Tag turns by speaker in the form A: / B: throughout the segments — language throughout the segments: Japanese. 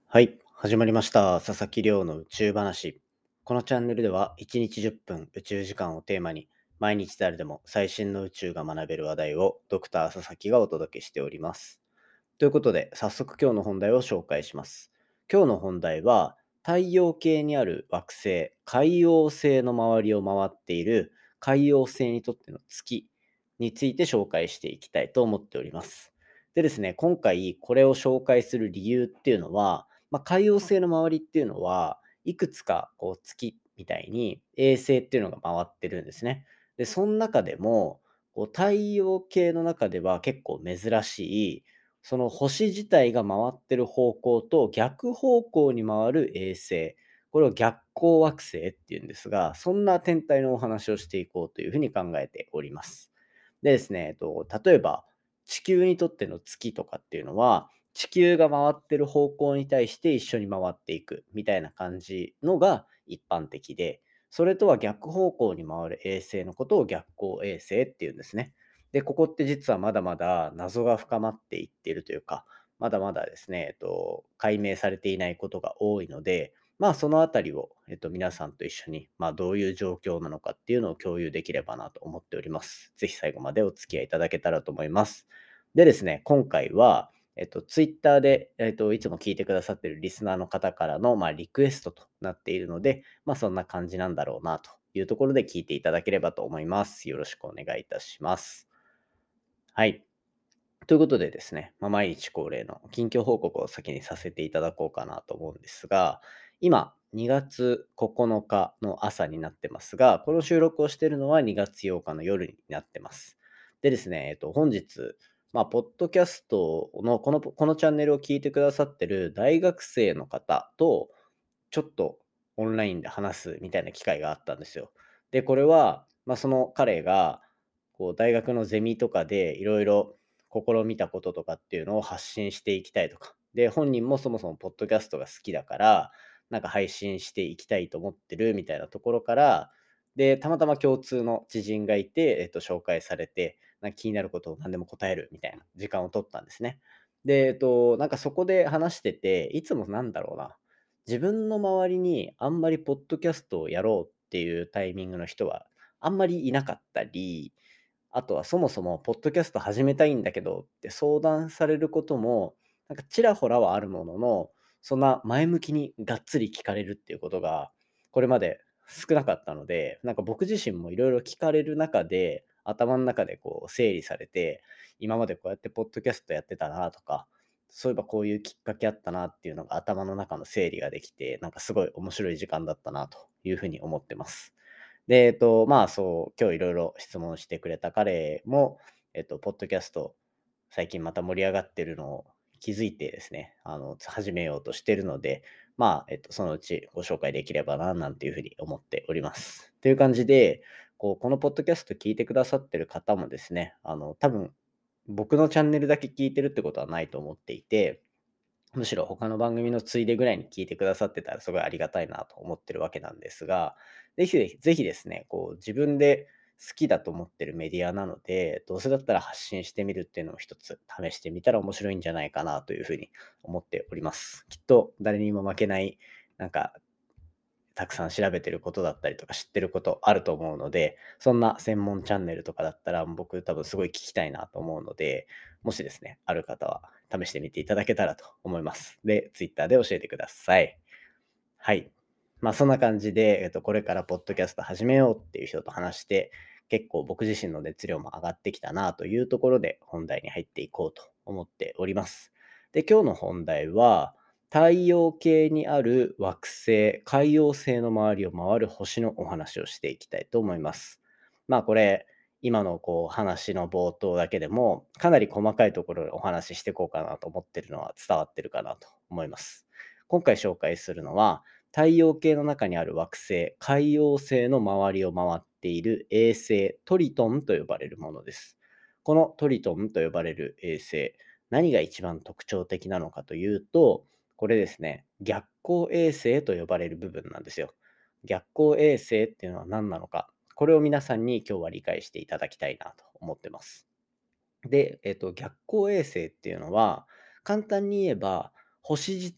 A: はい、始まりました。佐々木亮の宇宙話。このチャンネルでは1日10分宇宙時間をテーマに毎日誰でも最新の宇宙が学べる話題をドクター佐々木がお届けしております。ということで早速今日の本題を紹介します。今日の本題は太陽系にある惑星海王星の周りを回っている海王星にとっての月について紹介していきたいと思っております。でですね、今回これを紹介する理由っていうのは、海王星の周りっていうのはいくつかこう月みたいに衛星っていうのが回ってるんですね。で、その中でもこう太陽系の中では結構珍しいその星自体が回ってる方向と逆方向に回る衛星、これを逆行惑星っていうんですが、そんな天体のお話をしていこうというふうに考えております。でですね、例えば地球にとっての月とかっていうのは、地球が回ってる方向に対して一緒に回っていくみたいな感じのが一般的で、それとは逆方向に回る衛星のことを逆行衛星っていうんですね。で、ここって実はまだまだ謎が深まっていっているというか、まだまだですね、解明されていないことが多いので、そのあたりを、皆さんと一緒に、どういう状況なのかっていうのを共有できればなと思っております。ぜひ最後までお付き合いいただけたらと思います。でですね、今回は、ツイッターで、いつも聞いてくださっているリスナーの方からの、リクエストとなっているので、そんな感じなんだろうなというところで聞いていただければと思います。よろしくお願いいたします。はい。ということでですね、毎日恒例の近況報告を先にさせていただこうかなと思うんですが、今、2月9日の朝になってますが、この収録をしているのは2月8日の夜になってます。でですね、本日、ポッドキャストのこのチャンネルを聞いてくださってる大学生の方と、ちょっとオンラインで話すみたいな機会があったんですよ。で、これは、その彼が、こう、大学のゼミとかでいろいろ試みたこととかっていうのを発信していきたいとか。で、本人もそもそもポッドキャストが好きだから、なんか配信していきたいと思ってるみたいなところから、で、たまたま共通の知人がいて、紹介されて、なんか気になることを何でも答えるみたいな時間を取ったんですね。で、なんかそこで話してて、いつもなんだろうな、自分の周りにあんまりポッドキャストをやろうっていうタイミングの人はあんまりいなかったり、あとはそもそもポッドキャスト始めたいんだけどって相談されることも、なんかちらほらはあるものの、そんな前向きにがっつり聞かれるっていうことが、これまで少なかったので、なんか僕自身もいろいろ聞かれる中で、頭の中でこう整理されて、今までこうやってポッドキャストやってたなとか、そういえばこういうきっかけあったなっていうのが頭の中の整理ができて、なんかすごい面白い時間だったなというふうに思ってます。で、そう、今日いろいろ質問してくれた彼も、ポッドキャスト、最近また盛り上がってるのを気づいてですね、始めようとしてるので、そのうちご紹介できればな、なんていうふうに思っております。という感じで、このポッドキャスト聞いてくださってる方もですね、多分、僕のチャンネルだけ聞いてるってことはないと思っていて、むしろ他の番組のついでぐらいに聞いてくださってたらすごいありがたいなと思ってるわけなんですが、ぜひですね、こう自分で好きだと思ってるメディアなので、どうせだったら発信してみるっていうのを一つ試してみたら面白いんじゃないかなというふうに思っております。きっと誰にも負けない、なんかたくさん調べてることだったりとか知ってることあると思うので、そんな専門チャンネルとかだったら僕多分すごい聞きたいなと思うので、もしですね、ある方は試してみていただけたらと思います。で、Twitter で教えてください。はい。そんな感じで、これからポッドキャスト始めようっていう人と話して、結構僕自身の熱量も上がってきたなというところで本題に入っていこうと思っております。で、今日の本題は、太陽系にある惑星、海王星の周りを回る星のお話をしていきたいと思います。これ、今の話の冒頭だけでも、かなり細かいところでお話ししていこうかなと思ってるのは伝わってるかなと思います。今回紹介するのは、太陽系の中にある惑星、海王星の周りを回っている衛星、トリトンと呼ばれるものです。このトリトンと呼ばれる衛星、何が一番特徴的なのかというと、これですね、逆光衛星と呼ばれる部分なんですよ。逆光衛星っていうのは何なのか、これを皆さんに今日は理解していただきたいなと思ってます。で、逆光衛星っていうのは、簡単に言えば、星自体、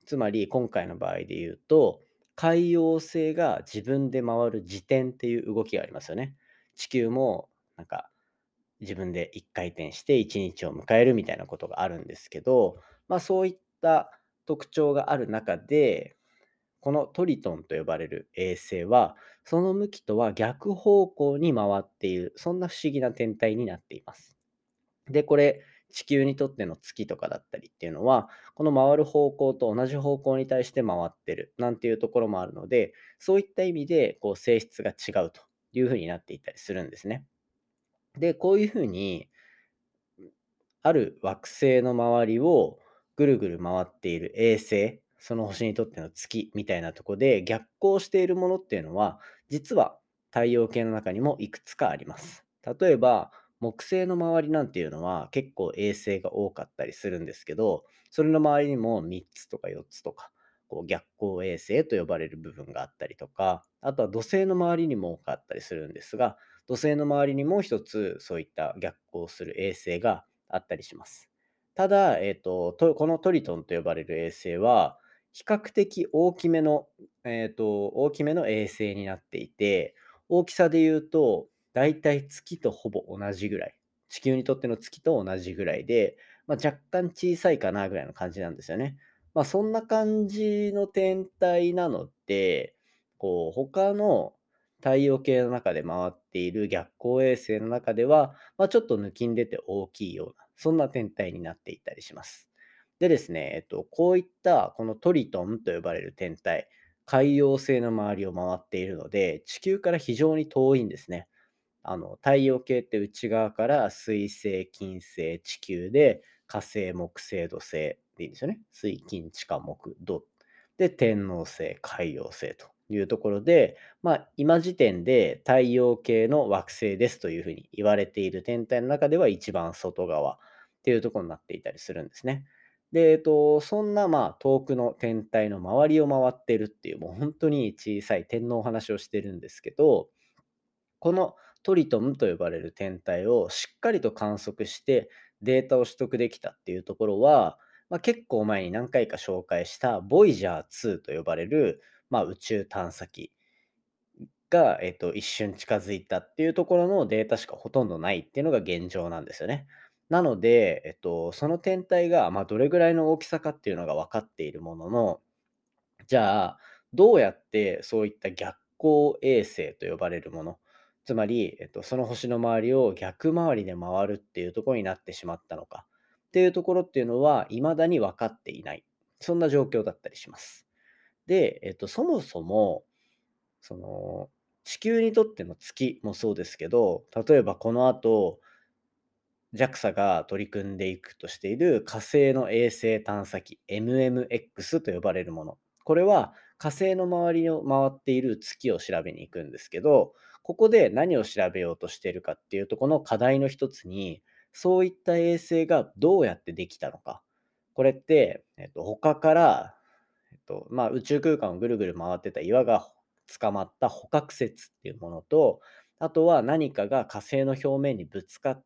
A: つまり今回の場合で言うと、海王星が自分で回る自転っていう動きがありますよね。地球もなんか自分で一回転して一日を迎えるみたいなことがあるんですけど、そういった特徴がある中で、このトリトンと呼ばれる衛星は、その向きとは逆方向に回っている、そんな不思議な天体になっています。で、これ、地球にとっての月とかだったりっていうのは、この回る方向と同じ方向に対して回ってるなんていうところもあるので、そういった意味でこう性質が違うというふうになっていたりするんですね。で、こういうふうに、ある惑星の周りをぐるぐる回っている衛星、その星にとっての月みたいなところで逆行しているものっていうのは、実は太陽系の中にもいくつかあります。例えば、木星の周りなんていうのは結構衛星が多かったりするんですけど、それの周りにも3つとか4つとか、こう逆行衛星と呼ばれる部分があったりとか、あとは土星の周りにも多かったりするんですが、土星の周りにも一つそういった逆行する衛星があったりします。ただ、このトリトンと呼ばれる衛星は、比較的大きめの衛星になっていて、大きさで言うと、だいたい月とほぼ同じぐらい。地球にとっての月と同じぐらいで、若干小さいかなぐらいの感じなんですよね。そんな感じの天体なので、こう、他の太陽系の中で回っている逆光衛星の中では、ちょっと抜きん出て大きいような、そんな天体になっていたりします。でですね、こういったこのトリトンと呼ばれる天体、海王星の周りを回っているので、地球から非常に遠いんですね。太陽系って内側から水星、金星、地球で火星、木星、土星でいいんですよね。水、金、地下、木、土。で、天王星、海王星というところで、今時点で太陽系の惑星ですというふうに言われている天体の中では一番外側っていうところになっていたりするんですね。で、そんな遠くの天体の周りを回ってるっていう、もう本当に小さい点のお話をしてるんですけど、このトリトムと呼ばれる天体をしっかりと観測してデータを取得できたっていうところは、結構前に何回か紹介したボイジャー2と呼ばれる、宇宙探査機が、一瞬近づいたっていうところのデータしかほとんどないっていうのが現状なんですよね。なので、その天体が、どれぐらいの大きさかっていうのが分かっているものの、じゃあ、どうやってそういった逆行衛星と呼ばれるもの、つまり、その星の周りを逆回りで回るっていうところになってしまったのかっていうところっていうのは、未だに分かっていない。そんな状況だったりします。で、そもそも、その、地球にとっての月もそうですけど、例えばこの後、JAXA が取り組んでいくとしている火星の衛星探査機 MMX と呼ばれるもの。これは火星の周りを回っている月を調べに行くんですけど、ここで何を調べようとしているかっていうと、この課題の一つに、そういった衛星がどうやってできたのか。これって、他から、宇宙空間をぐるぐる回ってた岩が捕まった捕獲説っていうものと、あとは何かが火星の表面にぶつかって、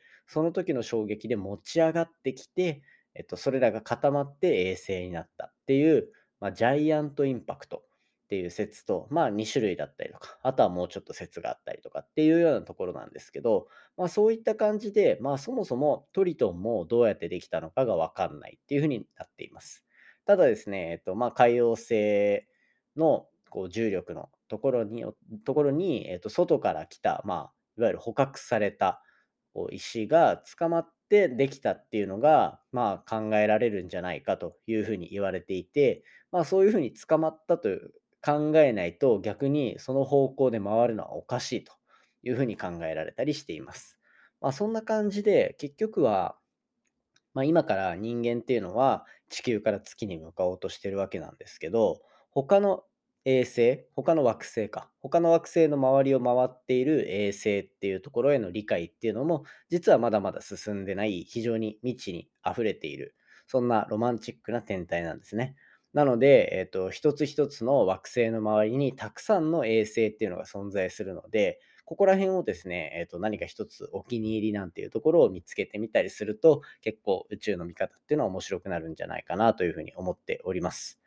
A: その時の衝撃で持ち上がってきて、それらが固まって衛星になったっていう、ジャイアントインパクトっていう説と、2種類だったりとか、あとはもうちょっと説があったりとかっていうようなところなんですけど、そういった感じで、そもそもトリトンもどうやってできたのかがわかんないっていうふうになっています。ただですね、海王星のこう重力のところに、外から来た、いわゆる捕獲されたこう石が捕まってできたっていうのが、考えられるんじゃないかというふうに言われていて、そういうふうに捕まったという考えないと、逆にその方向で回るのはおかしいというふうに考えられたりしています。そんな感じで、結局は今から人間っていうのは地球から月に向かおうとしてるわけなんですけど、他の衛星、他の惑星か、他の惑星の周りを回っている衛星っていうところへの理解っていうのも、実はまだまだ進んでない、非常に未知に溢れている、そんなロマンチックな天体なんですね。なので、一つ一つの惑星の周りにたくさんの衛星っていうのが存在するので、ここら辺をですね、何か一つお気に入りなんていうところを見つけてみたりすると、結構宇宙の見方っていうのは面白くなるんじゃないかなというふうに思っております。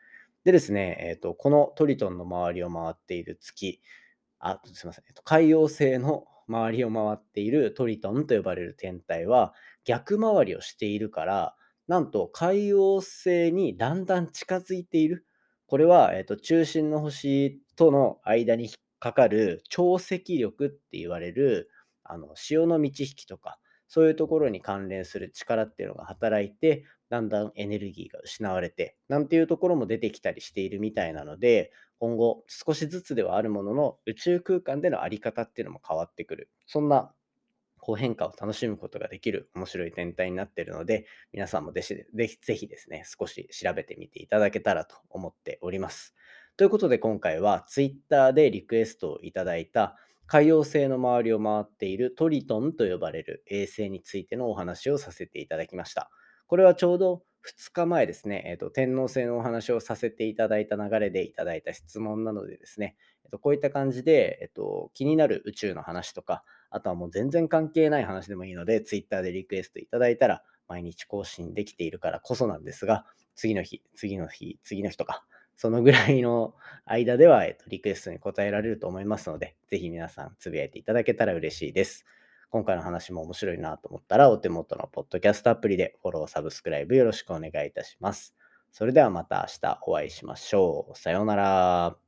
A: でですね、このトリトンの周りを回っている月、すいません、海王星の周りを回っているトリトンと呼ばれる天体は逆回りをしているから、なんと海王星にだんだん近づいている。これは、中心の星との間に引っかかる潮汐力って言われる、潮の満ち引きとか、そういうところに関連する力っていうのが働いて、だんだんエネルギーが失われて、なんていうところも出てきたりしているみたいなので、今後少しずつではあるものの、宇宙空間でのあり方っていうのも変わってくる。そんな変化を楽しむことができる面白い天体になっているので、皆さんもぜひですね、少し調べてみていただけたらと思っております。ということで今回は Twitter でリクエストをいただいた海王星の周りを回っているトリトンと呼ばれる衛星についてのお話をさせていただきました。これはちょうど2日前ですね、天王星のお話をさせていただいた流れでいただいた質問なのでですね、こういった感じで、気になる宇宙の話とか、あとはもう全然関係ない話でもいいので、Twitter でリクエストいただいたら、毎日更新できているからこそなんですが、次の日、次の日、次の日とか、そのぐらいの間では、リクエストに答えられると思いますので、ぜひ皆さんつぶやいていただけたら嬉しいです。今回の話も面白いなと思ったら、お手元のポッドキャストアプリでフォロー、サブスクライブよろしくお願いいたします。それではまた明日お会いしましょう。さようなら。